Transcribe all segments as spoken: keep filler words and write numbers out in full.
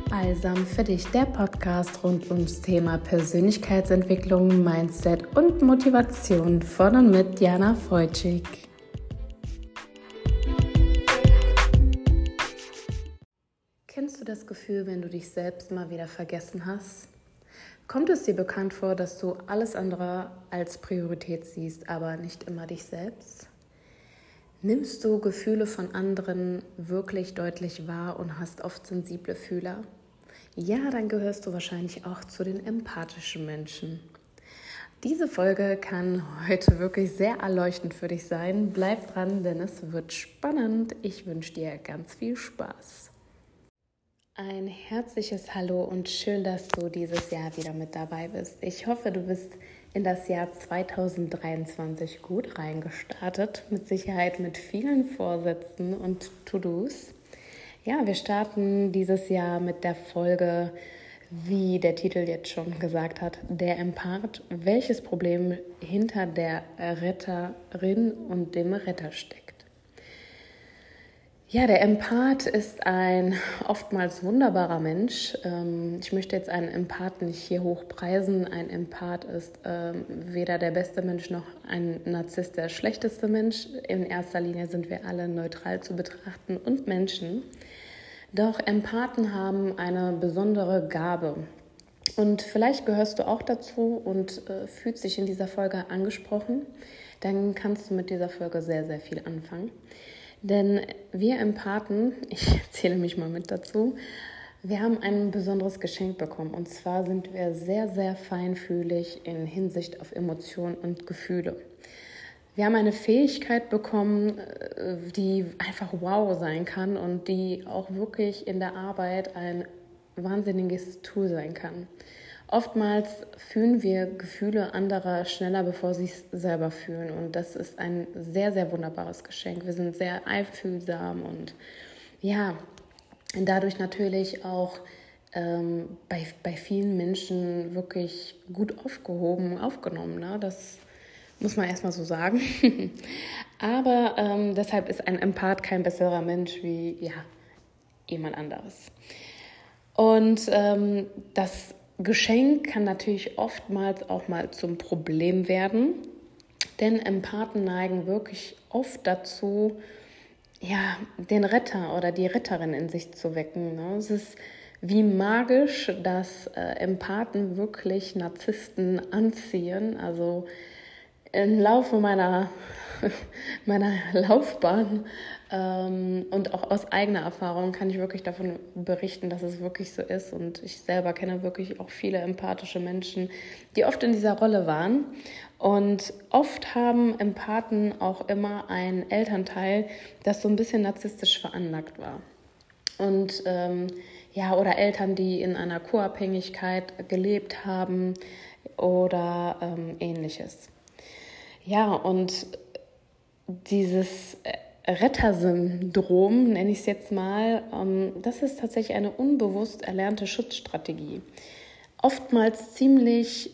Allsam für dich, der Podcast rund ums Thema Persönlichkeitsentwicklung, Mindset und Motivation von und mit Jana Freutschig. Kennst du das Gefühl, wenn du dich selbst mal wieder vergessen hast? Kommt es dir bekannt vor, dass du alles andere als Priorität siehst, aber nicht immer dich selbst? Nimmst du Gefühle von anderen wirklich deutlich wahr und hast oft sensible Fühler? Ja, dann gehörst du wahrscheinlich auch zu den empathischen Menschen. Diese Folge kann heute wirklich sehr erleuchtend für dich sein. Bleib dran, denn es wird spannend. Ich wünsche dir ganz viel Spaß. Ein herzliches Hallo und schön, dass du dieses Jahr wieder mit dabei bist. Ich hoffe, du bist in das Jahr zweitausenddreiundzwanzig gut reingestartet. Mit Sicherheit mit vielen Vorsätzen und To-Dos. Ja, wir starten dieses Jahr mit der Folge, wie der Titel jetzt schon gesagt hat, der Empath, welches Problem hinter der Retterin und dem Retter steckt. Ja, der Empath ist ein oftmals wunderbarer Mensch. Ich möchte jetzt einen Empath nicht hier hochpreisen. Ein Empath ist weder der beste Mensch noch ein Narzisst der schlechteste Mensch. In erster Linie sind wir alle neutral zu betrachten und Menschen. Doch Empathen haben eine besondere Gabe. Und vielleicht gehörst du auch dazu und äh, fühlst dich in dieser Folge angesprochen. Dann kannst du mit dieser Folge sehr, sehr viel anfangen. Denn wir Empathen, ich zähle mich mal mit dazu, wir haben ein besonderes Geschenk bekommen. Und zwar sind wir sehr, sehr feinfühlig in Hinsicht auf Emotionen und Gefühle. Wir haben eine Fähigkeit bekommen, die einfach wow sein kann und die auch wirklich in der Arbeit ein wahnsinniges Tool sein kann. Oftmals fühlen wir Gefühle anderer schneller, bevor sie es selber fühlen. Und das ist ein sehr, sehr wunderbares Geschenk. Wir sind sehr einfühlsam und ja, dadurch natürlich auch ähm, bei, bei vielen Menschen wirklich gut aufgehoben, aufgenommen. Ne? Das muss man erstmal so sagen. Aber ähm, deshalb ist ein Empath kein besserer Mensch wie ja, jemand anderes. Und ähm, das Geschenk kann natürlich oftmals auch mal zum Problem werden, denn Empathen neigen wirklich oft dazu, ja, den Retter oder die Retterin in sich zu wecken. Ne? Es ist wie magisch, dass äh, Empathen wirklich Narzissten anziehen. Also im Laufe meiner, meiner Laufbahn ähm, und auch aus eigener Erfahrung kann ich wirklich davon berichten, dass es wirklich so ist. Und ich selber kenne wirklich auch viele empathische Menschen, die oft in dieser Rolle waren. Und oft haben Empathen auch immer ein Elternteil, das so ein bisschen narzisstisch veranlagt war. Und ähm, ja, oder Eltern, die in einer Co-Abhängigkeit gelebt haben oder ähm, Ähnliches. Ja, und dieses Rettersyndrom, nenne ich es jetzt mal, das ist tatsächlich eine unbewusst erlernte Schutzstrategie. Oftmals ziemlich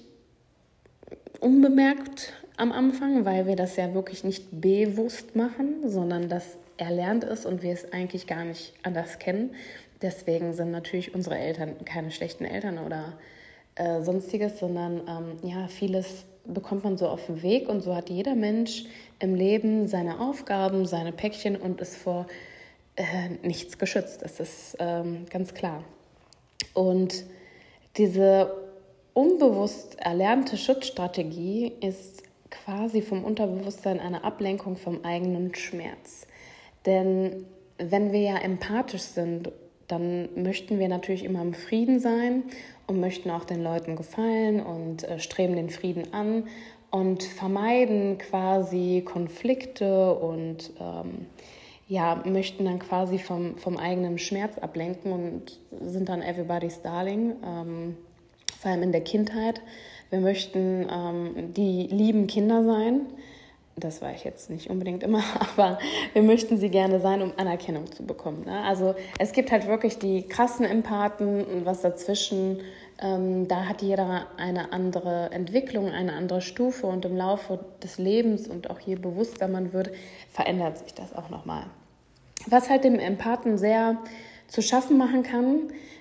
unbemerkt am Anfang, weil wir das ja wirklich nicht bewusst machen, sondern das erlernt ist und wir es eigentlich gar nicht anders kennen. Deswegen sind natürlich unsere Eltern keine schlechten Eltern oder äh, sonstiges, sondern ähm, ja, vieles bekommt man so auf den Weg und so hat jeder Mensch im Leben seine Aufgaben, seine Päckchen und ist vor äh, nichts geschützt. Das ist ähm, ganz klar. Und diese unbewusst erlernte Schutzstrategie ist quasi vom Unterbewusstsein eine Ablenkung vom eigenen Schmerz. Denn wenn wir ja empathisch sind, dann möchten wir natürlich immer im Frieden sein und möchten auch den Leuten gefallen und äh, streben den Frieden an und vermeiden quasi Konflikte und ähm, ja, möchten dann quasi vom, vom eigenen Schmerz ablenken und sind dann everybody's darling, ähm, vor allem in der Kindheit. Wir möchten ähm, die lieben Kinder sein. Das war ich jetzt nicht unbedingt immer, aber wir möchten sie gerne sein, um Anerkennung zu bekommen. Ne? Also es gibt halt wirklich die krassen Empathen und was dazwischen, ähm, da hat jeder eine andere Entwicklung, eine andere Stufe und im Laufe des Lebens und auch je bewusster man wird, verändert sich das auch nochmal. Was halt dem Empathen sehr zu schaffen machen kann,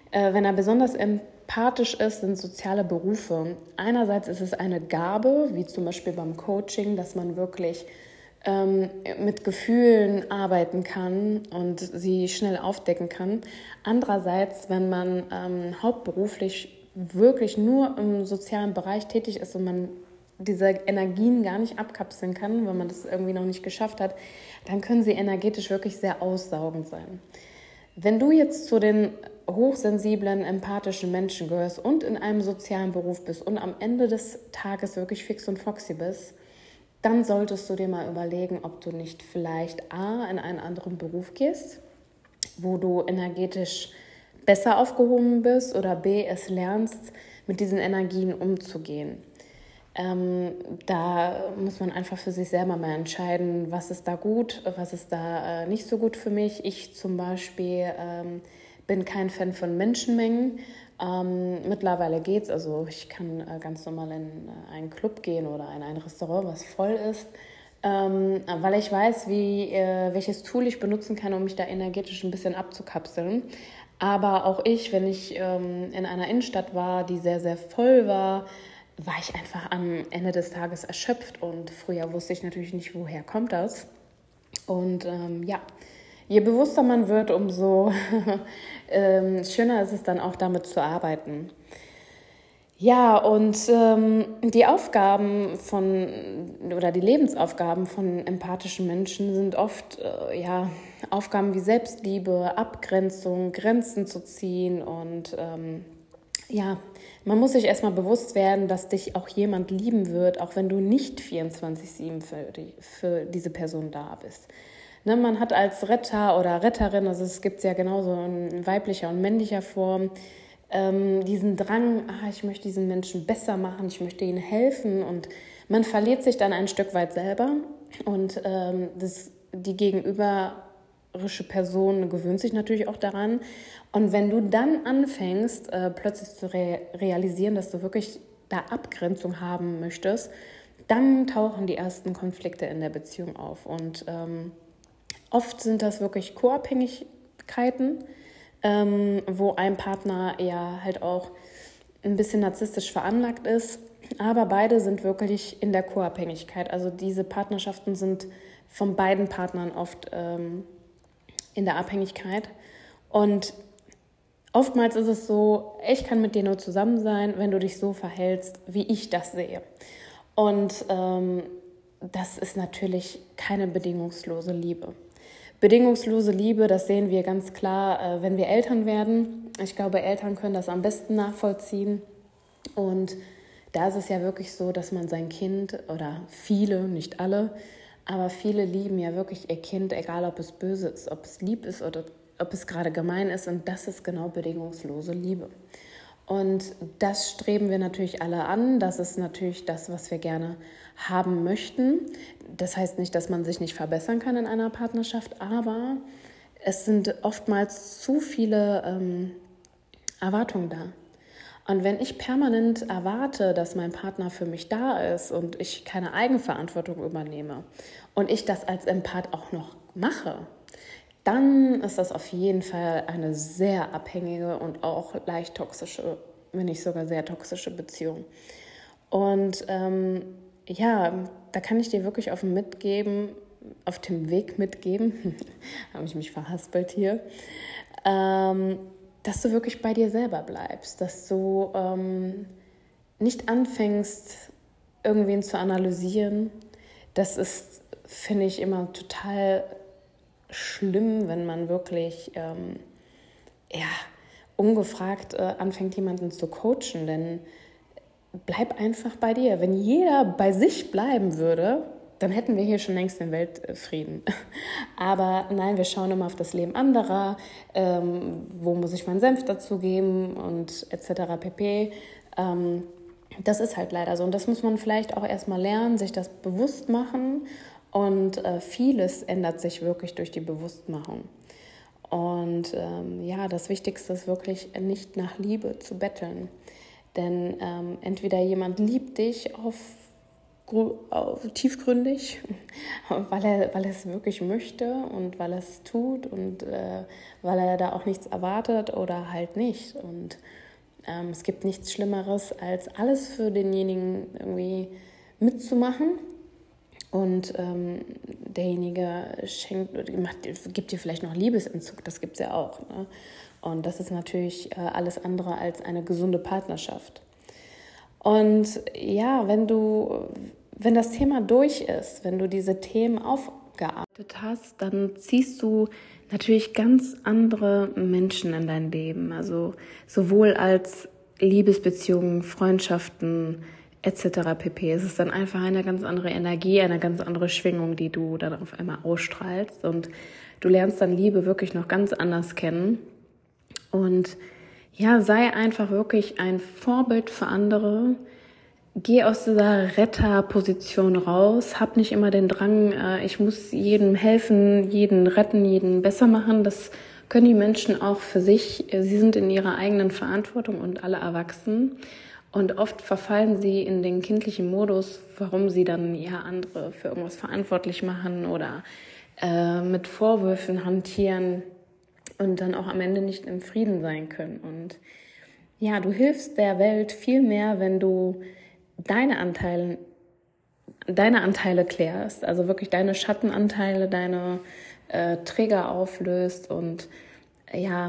Äh, wenn er besonders empathisch ist, sind soziale Berufe. Einerseits ist es eine Gabe, wie zum Beispiel beim Coaching, dass man wirklich ähm, mit Gefühlen arbeiten kann und sie schnell aufdecken kann. Andererseits, wenn man ähm, hauptberuflich wirklich nur im sozialen Bereich tätig ist und man diese Energien gar nicht abkapseln kann, wenn man das irgendwie noch nicht geschafft hat, dann können sie energetisch wirklich sehr aussaugend sein. Wenn du jetzt zu den hochsensiblen, empathischen Menschen gehörst und in einem sozialen Beruf bist und am Ende des Tages wirklich fix und foxy bist, dann solltest du dir mal überlegen, ob du nicht vielleicht A, in einen anderen Beruf gehst, wo du energetisch besser aufgehoben bist, oder B, es lernst, mit diesen Energien umzugehen. Ähm, da muss man einfach für sich selber mal entscheiden, was ist da gut, was ist da äh, nicht so gut für mich. Ich zum Beispiel ähm, bin kein Fan von Menschenmengen. Ähm, mittlerweile geht's, also ich kann äh, ganz normal in äh, einen Club gehen oder in ein Restaurant, was voll ist, ähm, weil ich weiß, wie, äh, welches Tool ich benutzen kann, um mich da energetisch ein bisschen abzukapseln. Aber auch ich, wenn ich ähm, in einer Innenstadt war, die sehr, sehr voll war, war ich einfach am Ende des Tages erschöpft, und früher wusste ich natürlich nicht, woher kommt das. Und ähm, ja, je bewusster man wird, umso ähm, schöner ist es dann auch, damit zu arbeiten. Ja, und ähm, die Aufgaben von, oder die Lebensaufgaben von empathischen Menschen sind oft äh, ja, Aufgaben wie Selbstliebe, Abgrenzung, Grenzen zu ziehen, und ähm, ja, man muss sich erstmal bewusst werden, dass dich auch jemand lieben wird, auch wenn du nicht vierundzwanzig sieben für, die, für diese Person da bist. Ne, man hat als Retter oder Retterin, also es gibt es ja genauso in weiblicher und männlicher Form, ähm, diesen Drang, ah, ich möchte diesen Menschen besser machen, ich möchte ihnen helfen, und man verliert sich dann ein Stück weit selber, und ähm, das, die gegenüberische Person gewöhnt sich natürlich auch daran. Und wenn du dann anfängst, äh, plötzlich zu re- realisieren, dass du wirklich da Abgrenzung haben möchtest, dann tauchen die ersten Konflikte in der Beziehung auf. Und ähm, oft sind das wirklich Co-Abhängigkeiten, ähm, wo ein Partner eher halt auch ein bisschen narzisstisch veranlagt ist. Aber beide sind wirklich in der Co-Abhängigkeit. Also diese Partnerschaften sind von beiden Partnern oft ähm, in der Abhängigkeit. Und oftmals ist es so, ich kann mit dir nur zusammen sein, wenn du dich so verhältst, wie ich das sehe. Und ähm, das ist natürlich keine bedingungslose Liebe. Bedingungslose Liebe, das sehen wir ganz klar, äh, wenn wir Eltern werden. Ich glaube, Eltern können das am besten nachvollziehen. Und da ist es ja wirklich so, dass man sein Kind, oder viele, nicht alle, aber viele lieben ja wirklich ihr Kind, egal ob es böse ist, ob es lieb ist oder ob es gerade gemein ist, und das ist genau bedingungslose Liebe. Und das streben wir natürlich alle an, das ist natürlich das, was wir gerne haben möchten. Das heißt nicht, dass man sich nicht verbessern kann in einer Partnerschaft, aber es sind oftmals zu viele ähm, Erwartungen da. Und wenn ich permanent erwarte, dass mein Partner für mich da ist und ich keine Eigenverantwortung übernehme und ich das als Empath auch noch mache, dann ist das auf jeden Fall eine sehr abhängige und auch leicht toxische, wenn nicht sogar sehr toxische Beziehung. Und ähm, ja, da kann ich dir wirklich auf dem mitgeben, auf dem Weg mitgeben, habe ich mich verhaspelt hier, ähm, dass du wirklich bei dir selber bleibst, dass du ähm, nicht anfängst, irgendwen zu analysieren. Das ist, finde ich, immer total schlimm, wenn man wirklich ähm, ja, ungefragt äh, anfängt, jemanden zu coachen, denn bleib einfach bei dir. Wenn jeder bei sich bleiben würde, dann hätten wir hier schon längst den Weltfrieden. Aber nein, wir schauen immer auf das Leben anderer, ähm, wo muss ich meinen Senf dazugeben und et cetera pp. Ähm, das ist halt leider so, und das muss man vielleicht auch erstmal lernen, sich das bewusst machen. Und äh, vieles ändert sich wirklich durch die Bewusstmachung. Und ähm, ja, das Wichtigste ist wirklich, nicht nach Liebe zu betteln. Denn ähm, entweder jemand liebt dich auf tiefgründig, weil er, weil er es wirklich möchte und weil er es tut und äh, weil er da auch nichts erwartet oder halt nicht. Und ähm, es gibt nichts Schlimmeres, als alles für denjenigen irgendwie mitzumachen. Und ähm, derjenige schenkt, macht, gibt dir vielleicht noch Liebesentzug, das gibt es ja auch. Ne? Und das ist natürlich äh, alles andere als eine gesunde Partnerschaft. Und ja, wenn du, wenn das Thema durch ist, wenn du diese Themen aufgearbeitet hast, dann ziehst du natürlich ganz andere Menschen in dein Leben. Also sowohl als Liebesbeziehungen, Freundschaften et cetera pp. Es ist dann einfach eine ganz andere Energie, eine ganz andere Schwingung, die du dann auf einmal ausstrahlst. Und du lernst dann Liebe wirklich noch ganz anders kennen. Und ja, sei einfach wirklich ein Vorbild für andere. Geh aus dieser Retterposition raus. Hab nicht immer den Drang, äh, ich muss jedem helfen, jeden retten, jeden besser machen. Das können die Menschen auch für sich. Sie sind in ihrer eigenen Verantwortung und alle erwachsen. Und oft verfallen sie in den kindlichen Modus, warum sie dann ja andere für irgendwas verantwortlich machen oder äh, mit Vorwürfen hantieren und dann auch am Ende nicht im Frieden sein können. Und ja, du hilfst der Welt viel mehr, wenn du deine Anteile, deine Anteile klärst, also wirklich deine Schattenanteile, deine äh, Trigger auflöst und ja,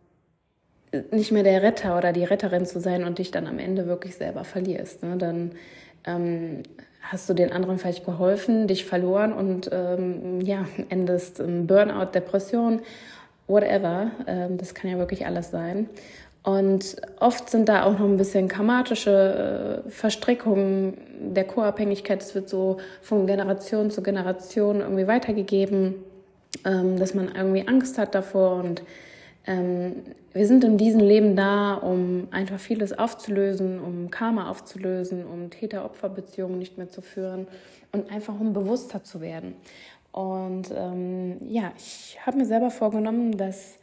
nicht mehr der Retter oder die Retterin zu sein und dich dann am Ende wirklich selber verlierst. Ne? Dann ähm, hast du den anderen vielleicht geholfen, dich verloren und ähm, ja, endest im Burnout, Depression, whatever. Ähm, das kann ja wirklich alles sein. Und oft sind da auch noch ein bisschen karmatische äh, Verstrickungen der Co-Abhängigkeit. Es wird so von Generation zu Generation irgendwie weitergegeben, ähm, dass man irgendwie Angst hat davor. Und ähm, wir sind in diesem Leben da, um einfach vieles aufzulösen, um Karma aufzulösen, um Täter-Opfer-Beziehungen nicht mehr zu führen und einfach um bewusster zu werden. Und ähm, ja, ich habe mir selber vorgenommen, dass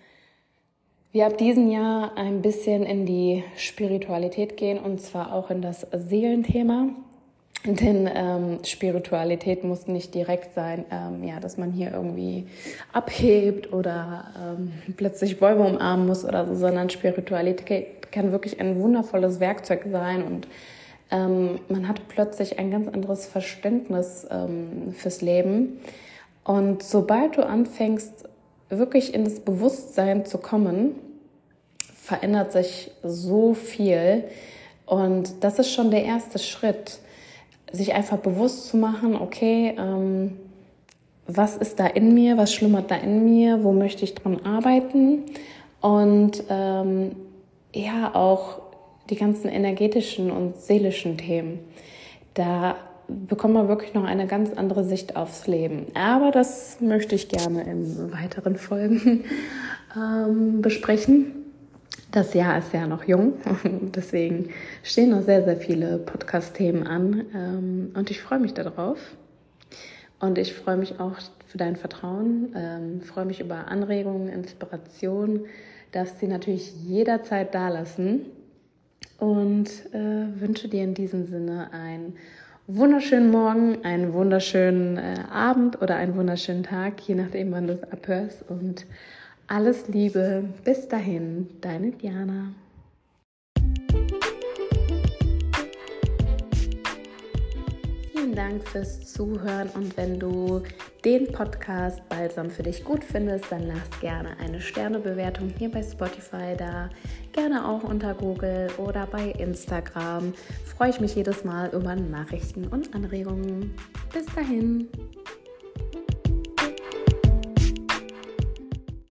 wir ab diesem Jahr ein bisschen in die Spiritualität gehen und zwar auch in das Seelenthema. Denn ähm, Spiritualität muss nicht direkt sein, ähm, ja, dass man hier irgendwie abhebt oder ähm, plötzlich Bäume umarmen muss oder so, sondern Spiritualität kann wirklich ein wundervolles Werkzeug sein und ähm, man hat plötzlich ein ganz anderes Verständnis ähm, fürs Leben. Und sobald du anfängst, wirklich in das Bewusstsein zu kommen, verändert sich so viel. Und das ist schon der erste Schritt, sich einfach bewusst zu machen, okay, ähm, was ist da in mir, was schlummert da in mir, wo möchte ich dran arbeiten? Und ähm, ja, auch die ganzen energetischen und seelischen Themen. Da bekommt man wirklich noch eine ganz andere Sicht aufs Leben. Aber das möchte ich gerne in weiteren Folgen ähm, besprechen. Das Jahr ist ja noch jung, deswegen stehen noch sehr, sehr viele Podcast-Themen an ähm, und ich freue mich darauf. Und ich freue mich auch für dein Vertrauen, ähm, freue mich über Anregungen, Inspiration, darfst sie natürlich jederzeit dalassen und äh, wünsche dir in diesem Sinne ein wunderschönen Morgen, einen wunderschönen äh, Abend oder einen wunderschönen Tag, je nachdem, wann du es abhörst. Und alles Liebe, bis dahin, deine Diana. Vielen Dank fürs Zuhören und wenn du den Podcast Balsam für dich gut findest, dann lass gerne eine Sternebewertung hier bei Spotify da, gerne auch unter Google oder bei Instagram. Freue ich mich jedes Mal über Nachrichten und Anregungen. Bis dahin.